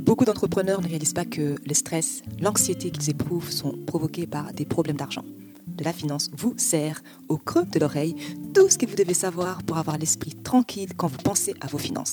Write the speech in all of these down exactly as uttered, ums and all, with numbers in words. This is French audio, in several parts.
Beaucoup d'entrepreneurs ne réalisent pas que le stress, l'anxiété qu'ils éprouvent sont provoqués par des problèmes d'argent. De la finance vous sert au creux de l'oreille tout ce que vous devez savoir pour avoir l'esprit tranquille quand vous pensez à vos finances.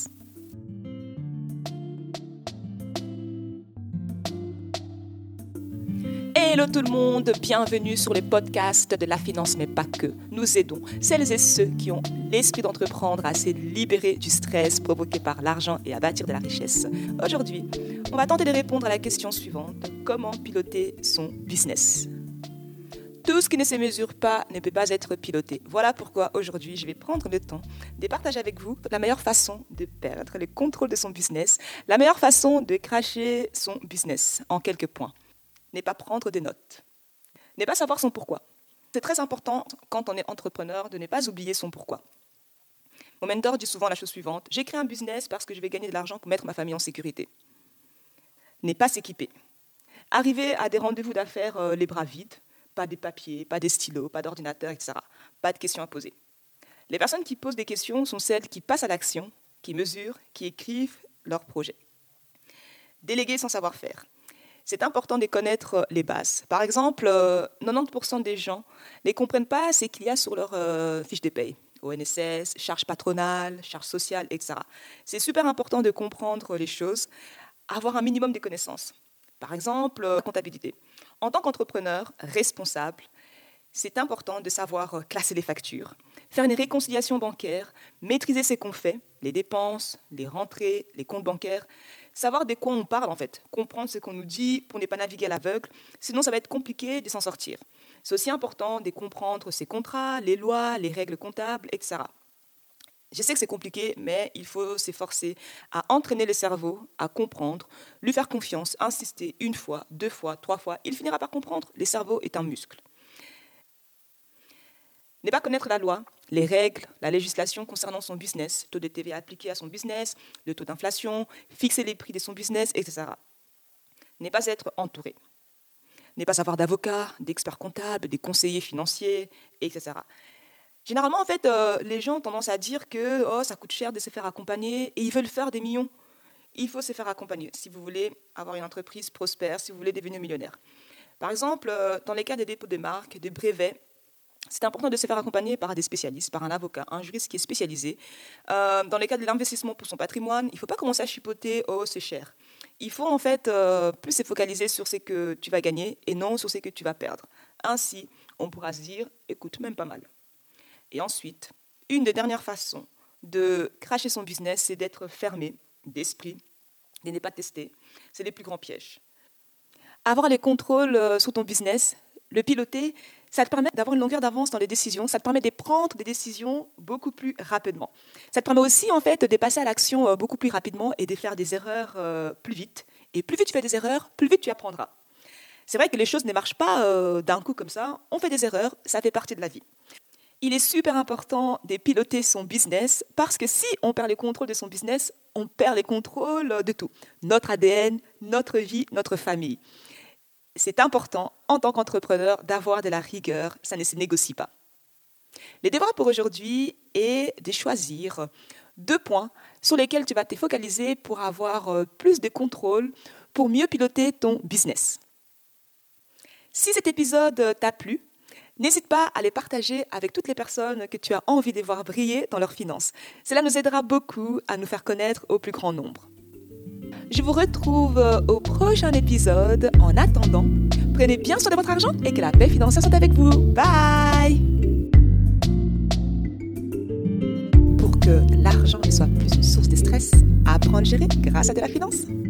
Hello tout le monde, bienvenue sur le podcast de la finance, mais pas que. Nous aidons celles et ceux qui ont l'esprit d'entreprendre à se libérer du stress provoqué par l'argent et à bâtir de la richesse. Aujourd'hui, on va tenter de répondre à la question suivante, comment piloter son business ? Tout ce qui ne se mesure pas ne peut pas être piloté. Voilà pourquoi aujourd'hui, je vais prendre le temps de partager avec vous la meilleure façon de perdre le contrôle de son business, la meilleure façon de crasher son business en quelques points. Ne pas prendre des notes, ne pas savoir son pourquoi. C'est très important quand on est entrepreneur de ne pas oublier son pourquoi. Mon mentor dit souvent la chose suivante, j'ai créé un business parce que je vais gagner de l'argent pour mettre ma famille en sécurité. Ne pas s'équiper. Arriver à des rendez-vous d'affaires euh, les bras vides, pas des papiers, pas des stylos, pas d'ordinateur, et cetera. Pas de questions à poser. Les personnes qui posent des questions sont celles qui passent à l'action, qui mesurent, qui écrivent leur projet. Déléguer sans savoir-faire. C'est important de connaître les bases. Par exemple, euh, quatre-vingt-dix pour cent des gens ne comprennent pas ce qu'il y a sur leur euh, fiche de paye. O N S S, charges patronales, charges sociales, et cetera. C'est super important de comprendre les choses, avoir un minimum de connaissances. Par exemple, euh, comptabilité. En tant qu'entrepreneur responsable, c'est important de savoir classer les factures, faire une réconciliation bancaire, maîtriser ce qu'on fait, les dépenses, les rentrées, les comptes bancaires, savoir de quoi on parle en fait, comprendre ce qu'on nous dit pour ne pas naviguer à l'aveugle, sinon ça va être compliqué de s'en sortir. C'est aussi important de comprendre ces contrats, les lois, les règles comptables, et cetera. Je sais que c'est compliqué, mais il faut s'efforcer à entraîner le cerveau, à comprendre, lui faire confiance, insister une fois, deux fois, trois fois, il finira par comprendre. Le cerveau est un muscle. Ne pas connaître la loi, les règles, la législation concernant son business, taux de T V A appliqué à son business, le taux d'inflation, fixer les prix de son business, et cetera. Ne pas être entouré. Ne pas avoir d'avocats, d'experts comptables, des conseillers financiers, et cetera. Généralement, en fait, euh, les gens ont tendance à dire que oh, ça coûte cher de se faire accompagner et ils veulent faire des millions. Il faut se faire accompagner si vous voulez avoir une entreprise prospère, si vous voulez devenir millionnaire. Par exemple, euh, dans les cas des dépôts de marques, des brevets, c'est important de se faire accompagner par des spécialistes, par un avocat, un juriste qui est spécialisé. Euh, dans les cas de l'investissement pour son patrimoine, il ne faut pas commencer à chipoter « oh, c'est cher ». Il faut en fait euh, plus se focaliser sur ce que tu vas gagner et non sur ce que tu vas perdre. Ainsi, on pourra se dire « écoute, même pas mal ». Et ensuite, une des dernières façons de cracher son business, c'est d'être fermé d'esprit, de ne pas tester. C'est les plus grands pièges. Avoir les contrôles sur ton business, le piloter, ça te permet d'avoir une longueur d'avance dans les décisions, ça te permet de prendre des décisions beaucoup plus rapidement. Ça te permet aussi en fait de passer à l'action beaucoup plus rapidement et de faire des erreurs euh, plus vite. Et plus vite tu fais des erreurs, plus vite tu apprendras. C'est vrai que les choses ne marchent pas euh, d'un coup comme ça, on fait des erreurs, ça fait partie de la vie. Il est super important de piloter son business parce que si on perd le contrôle de son business, on perd le contrôle de tout. Notre A D N, notre vie, notre famille. C'est important, en tant qu'entrepreneur, d'avoir de la rigueur, ça ne se négocie pas. Le devoir pour aujourd'hui est de choisir deux points sur lesquels tu vas te focaliser pour avoir plus de contrôle, pour mieux piloter ton business. Si cet épisode t'a plu, n'hésite pas à les partager avec toutes les personnes que tu as envie de voir briller dans leurs finances. Cela nous aidera beaucoup à nous faire connaître au plus grand nombre. Je vous retrouve au prochain épisode. En attendant, prenez bien soin de votre argent et que la paix financière soit avec vous. Bye! Pour que l'argent ne soit plus une source de stress, apprends à le gérer grâce à de la finance.